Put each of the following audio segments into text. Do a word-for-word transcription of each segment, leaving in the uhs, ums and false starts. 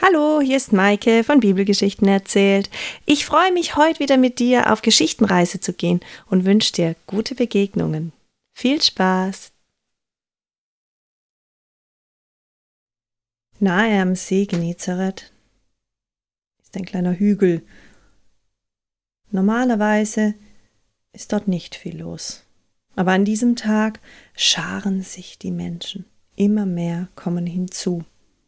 Hallo, hier ist Maike von Bibelgeschichten erzählt. Ich freue mich, heute wieder mit dir auf Geschichtenreise zu gehen und wünsche dir gute Begegnungen. Viel Spaß! Nahe am See Genezareth ist ein kleiner Hügel. Normalerweise ist dort nicht viel los. Aber an diesem Tag scharen sich die Menschen. Immer mehr kommen hinzu.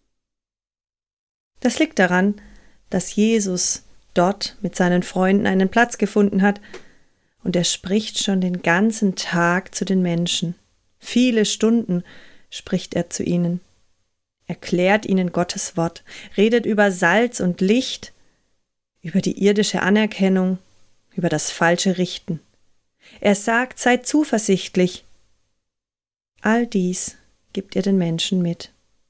Das liegt daran, dass Jesus dort mit seinen Freunden einen Platz gefunden hat und er spricht schon den ganzen Tag zu den Menschen. Viele Stunden spricht er zu ihnen, erklärt ihnen Gottes Wort, redet über Salz und Licht, über die irdische Anerkennung, über das falsche Richten. Er sagt, seid zuversichtlich. All dies gibt er den Menschen mit.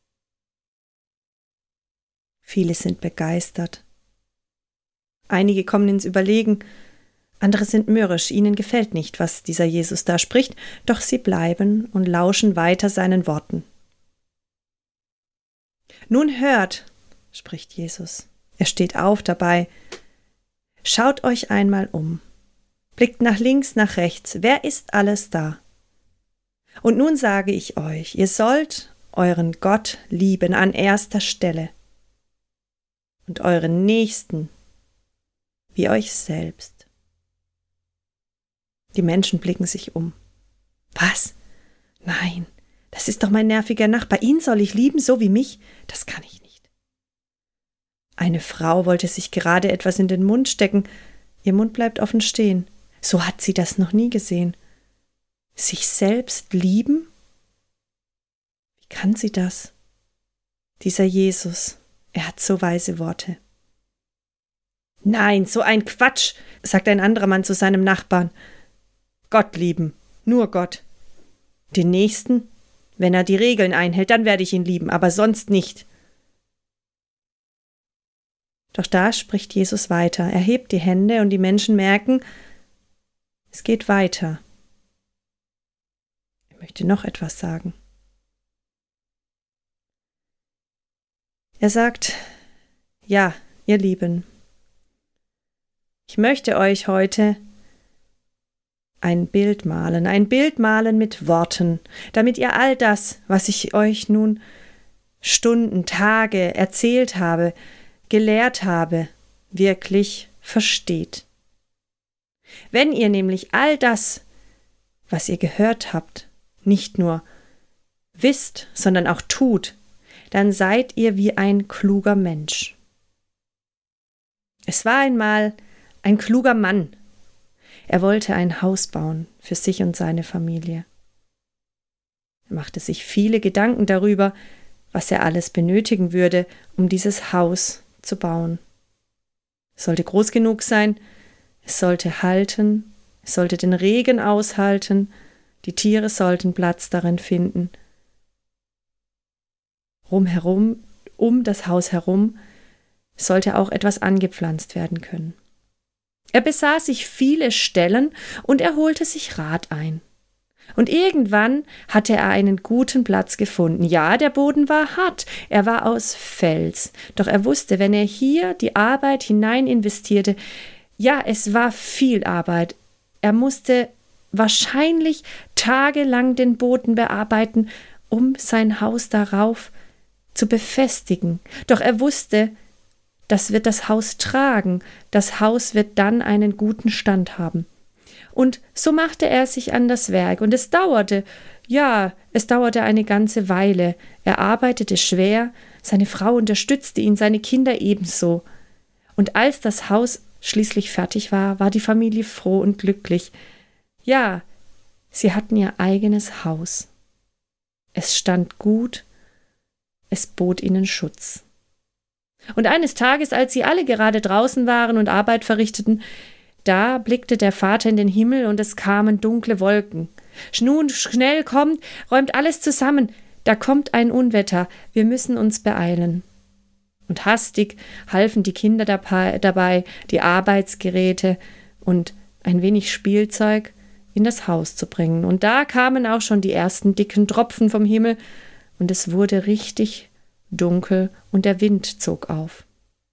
Viele sind begeistert. Einige kommen ins Überlegen, andere sind mürrisch, ihnen gefällt nicht, was dieser Jesus da spricht, doch sie bleiben und lauschen weiter seinen Worten. Nun hört, spricht Jesus. Er steht auf dabei. Schaut euch einmal um. Blickt nach links, nach rechts. Wer ist alles da? Und nun sage ich euch, ihr sollt euren Gott lieben an erster Stelle. Und euren Nächsten wie euch selbst. Die Menschen blicken sich um. Was? Nein, das ist doch mein nerviger Nachbar. Ihn soll ich lieben, so wie mich? Das kann ich nicht. Eine Frau wollte sich gerade etwas in den Mund stecken. Ihr Mund bleibt offen stehen. So hat sie das noch nie gesehen. Sich selbst lieben? Wie kann sie das? Dieser Jesus. Er hat so weise Worte. Nein, so ein Quatsch, sagt ein anderer Mann zu seinem Nachbarn. Gott lieben, nur Gott. Den Nächsten, wenn er die Regeln einhält, dann werde ich ihn lieben, aber sonst nicht. Doch da spricht Jesus weiter. Er hebt die Hände und die Menschen merken, es geht weiter. Er möchte noch etwas sagen. Er sagt, ja, ihr Lieben, ich möchte euch heute ein Bild malen, ein Bild malen mit Worten, damit ihr all das, was ich euch nun Stunden, Tage erzählt habe, gelehrt habe, wirklich versteht. Wenn ihr nämlich all das, was ihr gehört habt, nicht nur wisst, sondern auch tut, dann seid ihr wie ein kluger Mensch. Es war einmal ein kluger Mann. Er wollte ein Haus bauen für sich und seine Familie. Er machte sich viele Gedanken darüber, was er alles benötigen würde, um dieses Haus zu bauen. Es sollte groß genug sein, es sollte halten, es sollte den Regen aushalten, die Tiere sollten Platz darin finden. Rumherum, um das Haus herum, sollte auch etwas angepflanzt werden können. Er besah sich viele Stellen und er holte sich Rat ein. Und irgendwann hatte er einen guten Platz gefunden. Ja, der Boden war hart, er war aus Fels. Doch er wusste, wenn er hier die Arbeit hinein investierte, ja, es war viel Arbeit. Er musste wahrscheinlich tagelang den Boden bearbeiten, um sein Haus darauf zu befestigen. Doch er wusste, das wird das Haus tragen, das Haus wird dann einen guten Stand haben. Und so machte er sich an das Werk, und es dauerte, ja, es dauerte eine ganze Weile. Er arbeitete schwer, seine Frau unterstützte ihn, seine Kinder ebenso. Und als das Haus schließlich fertig war, war die Familie froh und glücklich. Ja, sie hatten ihr eigenes Haus. Es stand gut, es bot ihnen Schutz. Und eines Tages, als sie alle gerade draußen waren und Arbeit verrichteten, da blickte der Vater in den Himmel und es kamen dunkle Wolken. Nun, schnell kommt, räumt alles zusammen, da kommt ein Unwetter, wir müssen uns beeilen. Und hastig halfen die Kinder dabei, die Arbeitsgeräte und ein wenig Spielzeug in das Haus zu bringen. Und da kamen auch schon die ersten dicken Tropfen vom Himmel und es wurde richtig dunkel und der Wind zog auf.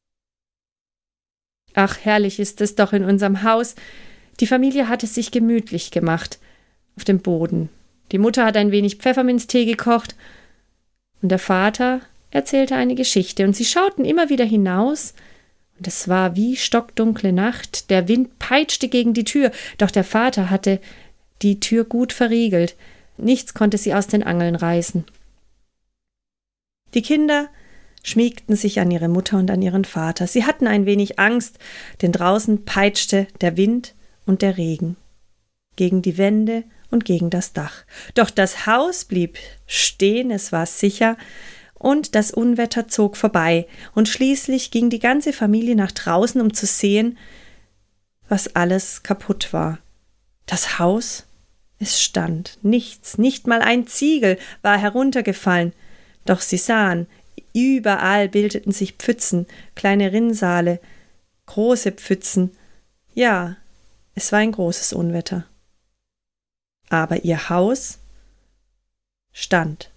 Ach, herrlich ist es doch in unserem Haus. Die Familie hatte es sich gemütlich gemacht auf dem Boden. Die Mutter hat ein wenig Pfefferminztee gekocht und der Vater erzählte eine Geschichte und sie schauten immer wieder hinaus und es war wie stockdunkle Nacht. Der Wind peitschte gegen die Tür, doch der Vater hatte die Tür gut verriegelt. Nichts konnte sie aus den Angeln reißen. Die Kinder schmiegten sich an ihre Mutter und an ihren Vater. Sie hatten ein wenig Angst, denn draußen peitschte der Wind und der Regen gegen die Wände und gegen das Dach. Doch das Haus blieb stehen, es war sicher, und das Unwetter zog vorbei, und schließlich ging die ganze Familie nach draußen, um zu sehen, was alles kaputt war. Das Haus, es stand, nichts, nicht mal ein Ziegel war heruntergefallen, doch sie sahen, überall bildeten sich Pfützen, kleine Rinnsale, große Pfützen. Ja, es war ein großes Unwetter. Aber ihr Haus stand.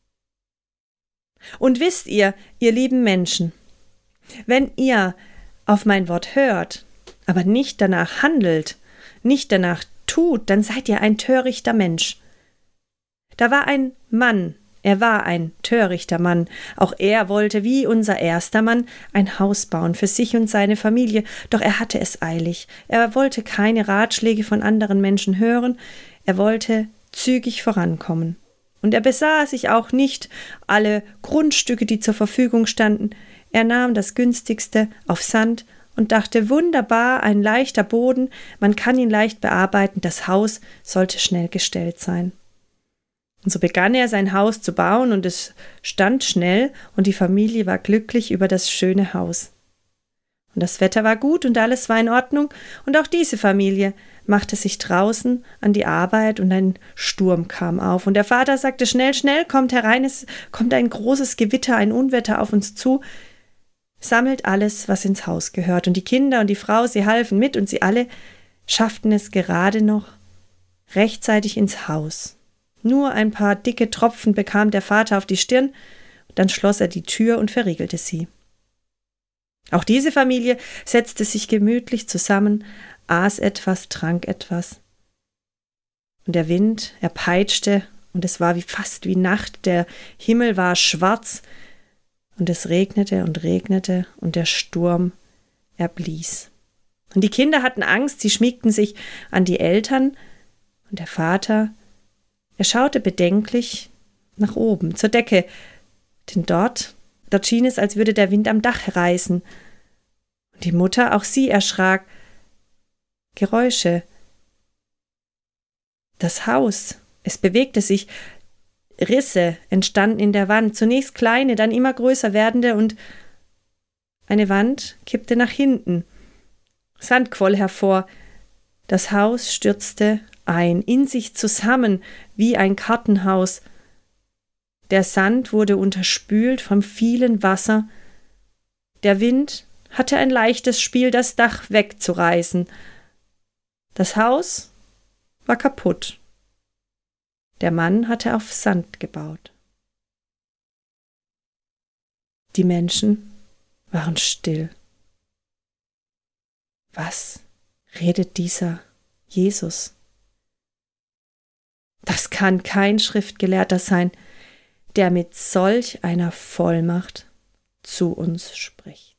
Und wisst ihr, ihr lieben Menschen, wenn ihr auf mein Wort hört, aber nicht danach handelt, nicht danach tut, dann seid ihr ein törichter Mensch. Da war ein Mann, er war ein törichter Mann. Auch er wollte, wie unser erster Mann, ein Haus bauen für sich und seine Familie, doch er hatte es eilig. Er wollte keine Ratschläge von anderen Menschen hören, er wollte zügig vorankommen. Und er besah sich auch nicht alle Grundstücke, die zur Verfügung standen. Er nahm das günstigste auf Sand und dachte, wunderbar, ein leichter Boden, man kann ihn leicht bearbeiten, das Haus sollte schnell gestellt sein. Und so begann er sein Haus zu bauen und es stand schnell und die Familie war glücklich über das schöne Haus. Und das Wetter war gut und alles war in Ordnung und auch diese Familie machte sich draußen an die Arbeit und ein Sturm kam auf. Und der Vater sagte, schnell, schnell, kommt herein, es kommt ein großes Gewitter, ein Unwetter auf uns zu. Sammelt alles, was ins Haus gehört. Und die Kinder und die Frau, sie halfen mit und sie alle schafften es gerade noch rechtzeitig ins Haus. Nur ein paar dicke Tropfen bekam der Vater auf die Stirn, dann schloss er die Tür und verriegelte sie. Auch diese Familie setzte sich gemütlich zusammen, aß etwas, trank etwas. Und der Wind, er peitschte, und es war wie fast wie Nacht, der Himmel war schwarz, und es regnete und regnete, und der Sturm, er blies. Und die Kinder hatten Angst, sie schmiegten sich an die Eltern, und der Vater, er schaute bedenklich nach oben, zur Decke, denn dort, dort schien es, als würde der Wind am Dach reißen. Und die Mutter, auch sie erschrak. Geräusche. Das Haus, es bewegte sich, Risse entstanden in der Wand, zunächst kleine, dann immer größer werdende, und eine Wand kippte nach hinten. Sand quoll hervor. Das Haus stürzte ein, in sich zusammen, wie ein Kartenhaus. Der Sand wurde unterspült vom vielen Wasser. Der Wind hatte ein leichtes Spiel, das Dach wegzureißen. Das Haus war kaputt. Der Mann hatte auf Sand gebaut. Die Menschen waren still. Was redet dieser Jesus? Das kann kein Schriftgelehrter sein, der mit solch einer Vollmacht zu uns spricht.